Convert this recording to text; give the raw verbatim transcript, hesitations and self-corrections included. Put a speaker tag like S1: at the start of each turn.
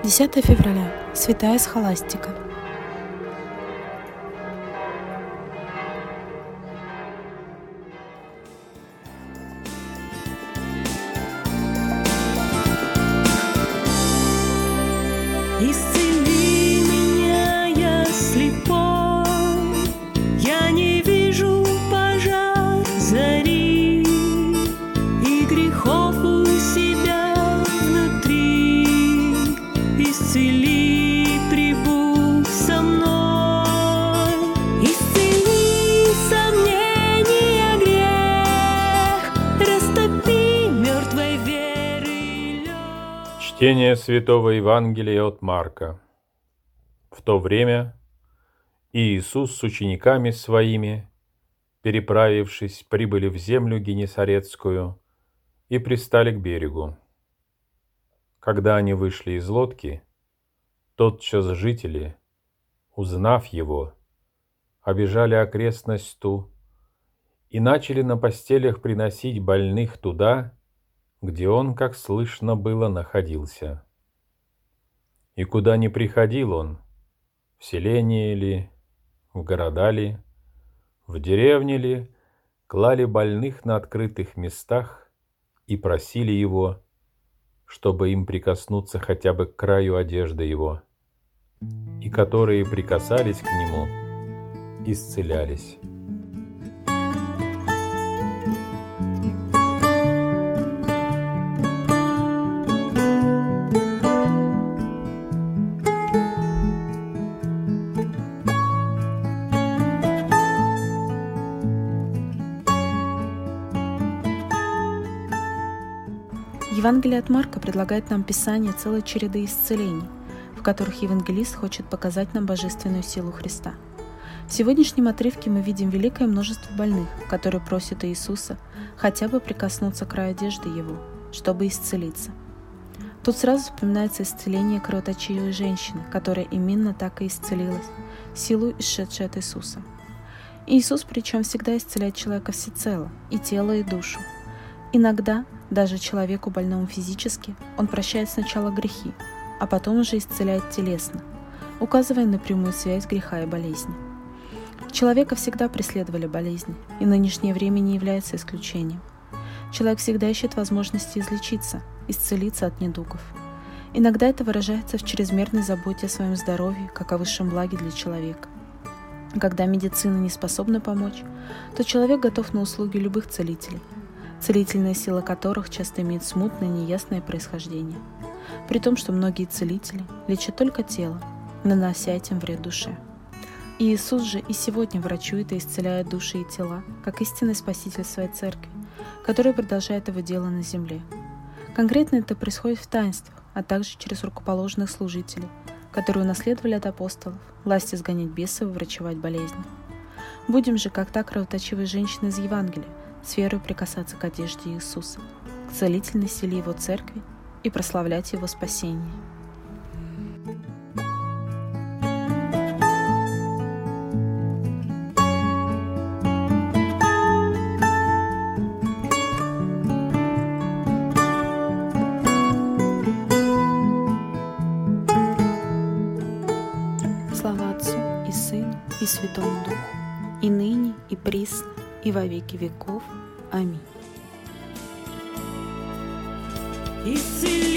S1: десятое февраля. Святая Схоластика.
S2: Исцели меня, я слепой, я не вижу пожар зари и грехов у себя внутри. Исцели, прибудь со мной, исцели сомнения, грех, растопи мертвой веры лед.
S3: Чтение Святого Евангелия от Марка. В то время Иисус с учениками Своими, переправившись, прибыли в землю Генесарецкую и пристали к берегу. Когда они вышли из лодки, тотчас жители, узнав Его, обежали окрестность ту и начали на постелях приносить больных туда, где Он, как слышно было, находился. И куда ни приходил Он, в селение ли, в города ли, в деревне ли, клали больных на открытых местах и просили Его, чтобы им прикоснуться хотя бы к краю одежды Его, и которые прикасались к Нему, исцелялись.
S1: Евангелие от Марка предлагает нам описание целой череды исцелений, в которых евангелист хочет показать нам божественную силу Христа. В сегодняшнем отрывке мы видим великое множество больных, которые просят Иисуса хотя бы прикоснуться к краю одежды Его, чтобы исцелиться. Тут сразу вспоминается исцеление кровоточивой женщины, которая именно так и исцелилась, силу, исшедшей от Иисуса. Иисус причем всегда исцеляет человека всецело, и тело, и душу. Иногда, даже человеку больному физически, Он прощает сначала грехи, а потом уже исцеляет телесно, указывая на прямую связь греха и болезни. Человека всегда преследовали болезни, и нынешнее время не является исключением. Человек всегда ищет возможности излечиться, исцелиться от недугов. Иногда это выражается в чрезмерной заботе о своем здоровье, как о высшем благе для человека. Когда медицина не способна помочь, то человек готов на услуги любых целителей, целительная сила которых часто имеет смутное, неясное происхождение, при том, что многие целители лечат только тело, нанося этим вред душе. И Иисус же и сегодня врачует и исцеляет души и тела, как истинный Спаситель своей Церкви, который продолжает его дело на земле. Конкретно это происходит в таинствах, а также через рукоположенных служителей, которые унаследовали от апостолов власть изгонять бесов и врачевать болезни. Будем же, как та кровоточивая женщина из Евангелия, с верой прикасаться к одежде Иисуса, к целительной силе Его Церкви и прославлять Его спасение. Слава Отцу и Сыну и Святому Духу, и ныне, и присно, и во веки веков. Аминь.
S2: Исцели